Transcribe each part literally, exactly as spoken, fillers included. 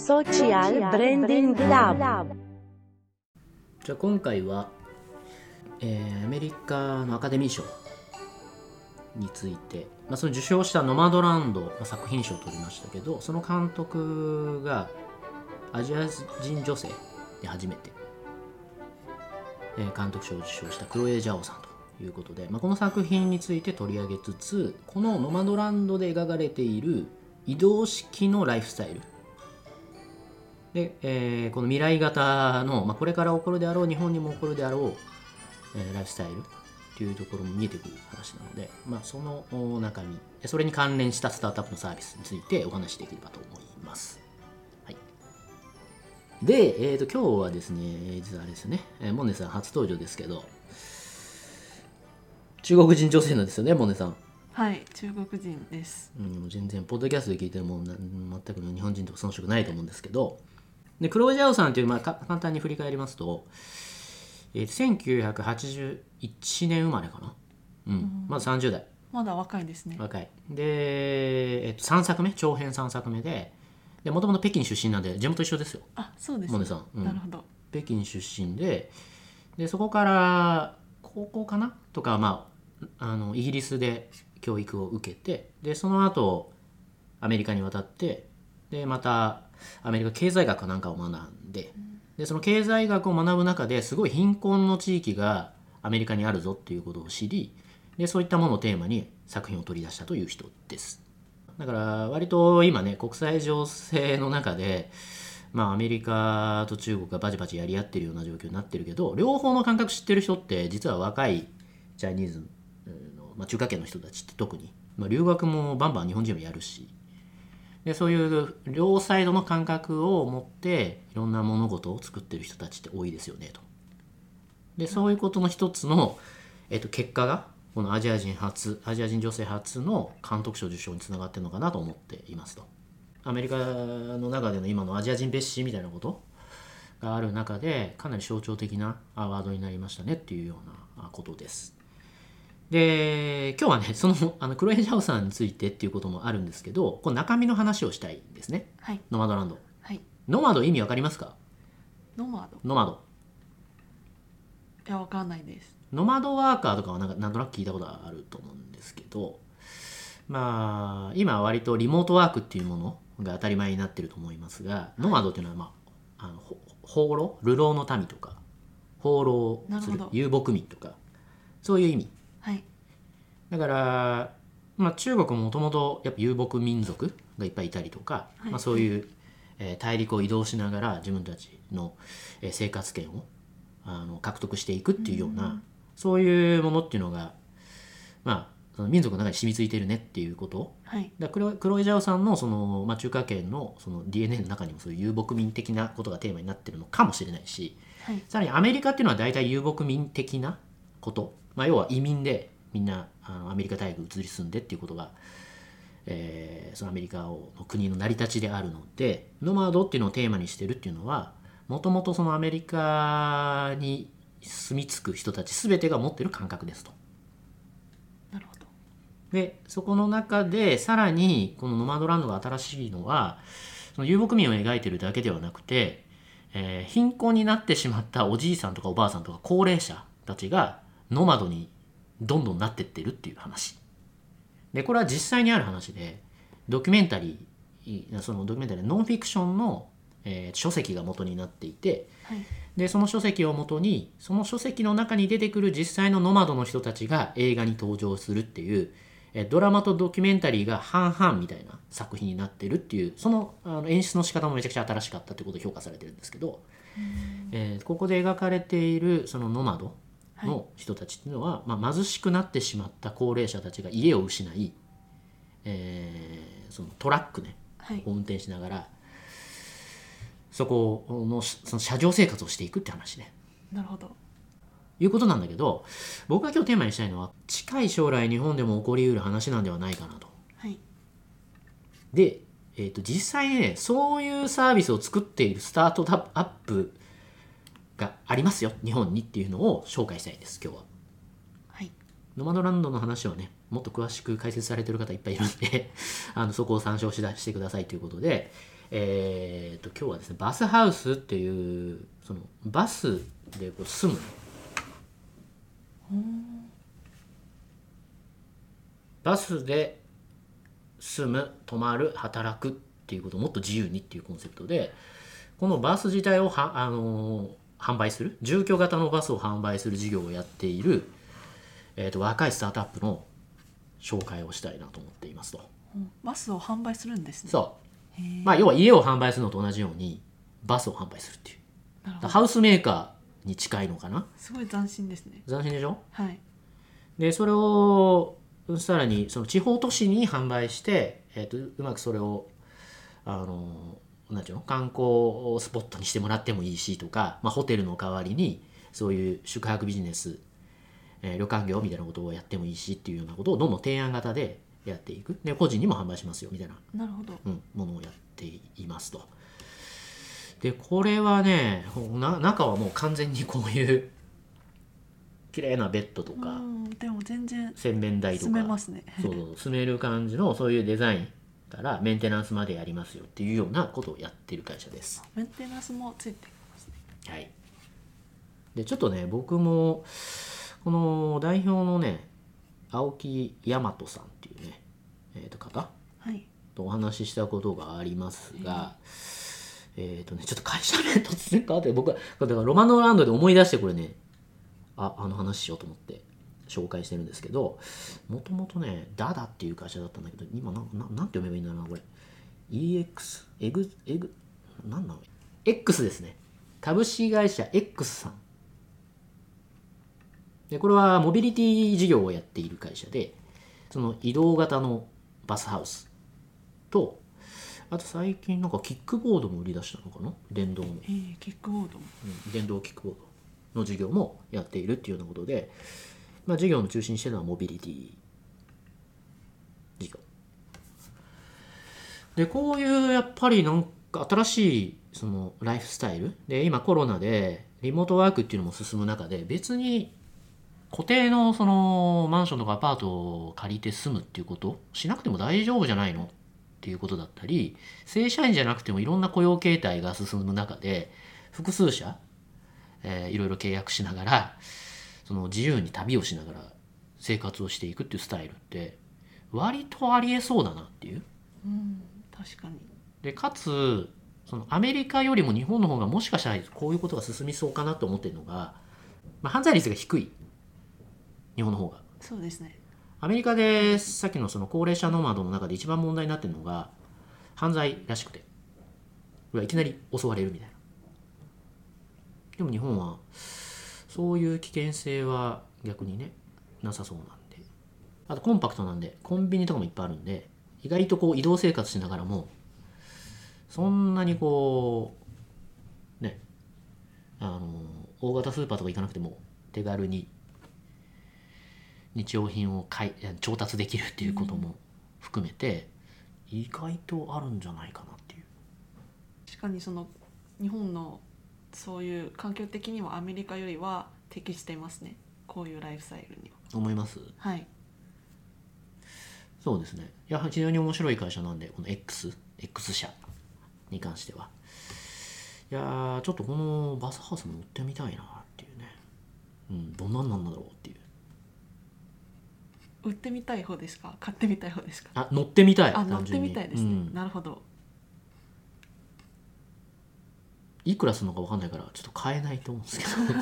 Social Branding Lab。 じゃあ今回は、えーアメリカのアカデミー賞について、まあ、その受賞したノマドランド、まあ、作品賞を取りましたけど、その監督がアジア人女性で初めて、えー監督賞を受賞したクロエ・ジャオさんということで、まあ、この作品について取り上げつつ、このノマドランドで描かれている移動式のライフスタイルで、えーこの未来型の、まあ、これから起こるであろう、日本にも起こるであろう、えーライフスタイルというところも見えてくる話なので、まあ、そのお中身、それに関連したスタートアップのサービスについてお話しできればと思います。はい、で、えー、と今日はですね、実はあれですよね、えーモネさん初登場ですけど、中国人女性なんですよね、モネさん。 はい、中国人です。 うん、全然ポッドキャストで聞いてもな全く日本人と遜色ないと思うんですけど、でクロエ・ジャオさんという、まあ、か簡単に振り返りますと、えーせんきゅうひゃくはちじゅういちねん生まれかな、うん、まださんじゅう代、 まだ若いですね。 若いで、えっと、さんさくめ、長編さんさくめで、もともと北京出身なんで地元一緒ですよ、 あ、そうですね。 モネさん、うん、 なるほど。 北京出身で、でそこから高校かなとか、まあ、あのイギリスで教育を受けて、でその後アメリカに渡って、でまたアメリカ経済学かなんかを学んで、でその経済学を学ぶ中ですごい貧困の地域がアメリカにあるぞっていうことを知り、でそういったものをテーマに作品を取り出したという人です。だから割と今ね、国際情勢の中で、まあ、アメリカと中国がバチバチやり合ってるような状況になってるけど、両方の感覚知ってる人って実は若いチャイニーズの、まあ、中華圏の人たちって特に、まあ、留学もバンバン日本人もやるし、でそういう両サイドの感覚を持っていろんな物事を作ってる人たちって多いですよねと。でそういうことの一つの、えっと、結果がこのアジア人初アジア人女性初の監督賞受賞につながってるのかなと思っていますと。アメリカの中での今のアジア人蔑視みたいなことがある中で、かなり象徴的なアワードになりましたねっていうようなことです。で今日はね、そのあのクロエ・ジャオさんについてっていうこともあるんですけど、この中身の話をしたいんですね。 はい。 ノマドランド。 はい。 ノマド意味わかりますか？ ノマド。 ノマド。 いや、わかんないです。 ノマドワーカーとかはなんかなんとなく聞いたことあると思うんですけど、まあ今は割とリモートワークっていうものが当たり前になってると思いますが、ノマドっていうのは、まあ、あの放浪、流浪の民とか放浪する遊牧民とか、そういう意味。 はい。 だから、まあ、中国ももともとやっぱ遊牧民族がいっぱいいたりとか、 はい、 まあ、そういう、えー、大陸を移動しながら自分たちの、えー、生活権をあの獲得していくっていうような、うん、そういうものっていうのが、まあ、その民族の中に染みついてるねっていうこと、 はい、 だクロ、クロエ・ジャオさんの、その、まあ、中華圏の、その ディーエヌエー の中にもそういう遊牧民的なことがテーマになってるのかもしれないし、はい、さらにアメリカっていうのは大体遊牧民的なこと、まあ、要は移民でみんなあのアメリカ大陸移り住んでっていうことが、えー、そのアメリカの国の成り立ちであるので、ノマドっていうのをテーマにしてるっていうのは、もともとそのアメリカに住み着く人たち全てが持ってる感覚ですと。 なるほど。 でそこの中でさらにこのノマドランドが新しいのは、その遊牧民を描いてるだけではなくて、えー、貧困になってしまったおじいさんとかおばあさんとか高齢者たちがノマドにどんどんなってってるっていう話で、これは実際にある話で、ドキュメンタリー、そのドキュメンタリーノンフィクションの、えー、書籍が元になっていて、はい、でその書籍を元にその書籍の中に出てくる実際のノマドの人たちが映画に登場するっていう、えー、ドラマとドキュメンタリーが半々みたいな作品になってるっていう、その、あの演出の仕方もめちゃくちゃ新しかったってことで評価されてるんですけど、えー、ここで描かれているそのノマドの人たちっていうのは、まあ、貧しくなってしまった高齢者たちが家を失い、えー、そのトラックね、はい、を運転しながらそこの、その車上生活をしていくって話ね。 なるほど。 いうことなんだけど、僕が今日テーマにしたいのは近い将来日本でも起こりうる話なんではないかなと。 はい、 で、えーと、実際ね、そういうサービスを作っているスタートアップがありますよ日本にっていうのを紹介したいです今日は。はい、ノマドランドの話はね、もっと詳しく解説されてる方いっぱいいるんであのそこを参照しだしてくださいということで、 えー、と今日はですねバスハウスっていうそのバスでこう住むバスで住む泊まる働くっていうことをもっと自由にっていうコンセプトでこのバス自体をはあのー販売する住居型のバスを販売する事業をやっている、えー、と若いスタートアップの紹介をしたいなと思っていますと。 うんバスを販売するんですね。 そうへーまあ要は家を販売するのと同じようにバスを販売するっていうなるほど。 ハウスメーカーに近いのかな。 すごい斬新ですね。 斬新でしょ。 はい。 でそれをさらにその地方都市に販売して、えー、とうまくそれをあのなんていうの観光スポットにしてもらってもいいしとか、まあ、ホテルの代わりにそういう宿泊ビジネス、えー旅館業みたいなことをやってもいいしっていうようなことをどんどん提案型でやっていくで個人にも販売しますよみたいな、 なるほど。 うん、ものをやっていますと。でこれはねな中はもう完全にこういう綺麗なベッドとか、 うんでも全然洗面台とか住めますね。 そうそう住める感じのそういうデザインからメンテナンスまでやりますよっていうようなことをやってる会社です。 メンテナンスもついてますね。 はい、でちょっとね僕もこの代表のね青木大和さんっていうね、えー、と方はい。 とお話ししたことがありますが、えっ、とねちょっと会社名突然変わって僕はだからロマンドランドで思い出してこれねああの話しようと思って紹介してるんですけどもともとねダダっていう会社だったんだけど今なんななんて読めばいいんだろうなこれ イーエックス エグエグなんなの X ですね株式会社 X さんでこれはモビリティ事業をやっている会社でその移動型のバスハウスとあと最近なんかキックボードも売り出したのかな電動の、 えー、キックボードも。 うん、電動キックボードの事業もやっているっていうようなことで、まあ、事業の中心にしてるのはモビリティ事業でこういうやっぱりなんか新しいそのライフスタイルで今コロナでリモートワークっていうのも進む中で別に固定のそのマンションとかアパートを借りて住むっていうことをしなくても大丈夫じゃないのっていうことだったり正社員じゃなくてもいろんな雇用形態が進む中で複数社、えー、いろいろ契約しながらその自由に旅をしながら生活をしていくっていうスタイルって割とありえそうだなっていう。 うん確かに。 でかつそのアメリカよりも日本の方がもしかしたらこういうことが進みそうかなと思ってるのが、まあ、犯罪率が低い日本の方が。 そうですね。 アメリカでさっきのその高齢者ノマドの中で一番問題になってるのが犯罪らしくてうわいきなり襲われるみたいな。でも日本はそういう危険性は逆にねなさそうなんであとコンパクトなんでコンビニとかもいっぱいあるんで意外とこう移動生活しながらもそんなにこうねあの大型スーパーとか行かなくても手軽に日用品を買い調達できるっていうことも含めて意外とあるんじゃないかなっていう。 確かにその日本のそういう環境的にはアメリカよりは適していますね。こういうライフスタイルには。 思います。 はい。 そうですね。いや非常に面白い会社なんでこの X X 社に関してはいやーちょっとこのバスハウスも乗ってみたいなっていうね。うんどんなんなんだろうっていう。 売ってみたい方ですか買ってみたい方ですか。 あ乗ってみたい。 あ乗ってみたいですね、 うん、 なるほど。 いくらするのか分かんないからちょっと買えないと思うんですけ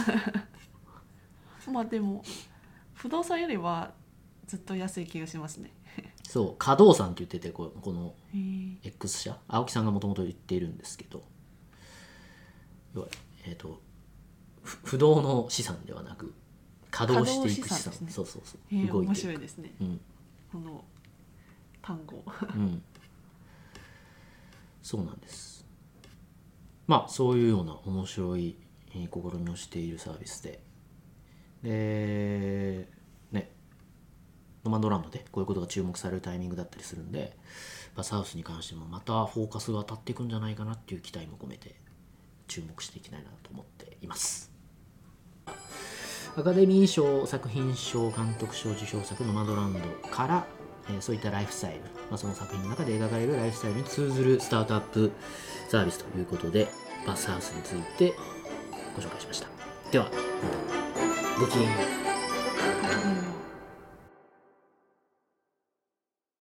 どまあでも不動産よりはずっと安い気がしますねそう稼働産って言っててここのへー X 社青木さんがもともと言っているんですけど要はえっ、とふ不動の資産ではなく稼働していく資産稼働資産ですねそうそうそうへー動いていく面白いですね、 うんこの単語うんそうなんです。まあそういうような面白いえー試みをしているサービスででねノマドランドでこういうことが注目されるタイミングだったりするんでバスハウスに関してもまたフォーカスが当たっていくんじゃないかなっていう期待も込めて注目していきたいなと思っています。アカデミー賞作品賞監督賞受賞作ノマドランドからえーそういったライフスタイル、まあ、その作品の中で描かれるライフスタイルに通ずるスタートアップサービスということでバスハウスについてご紹介しました。ではまたごきげんよう。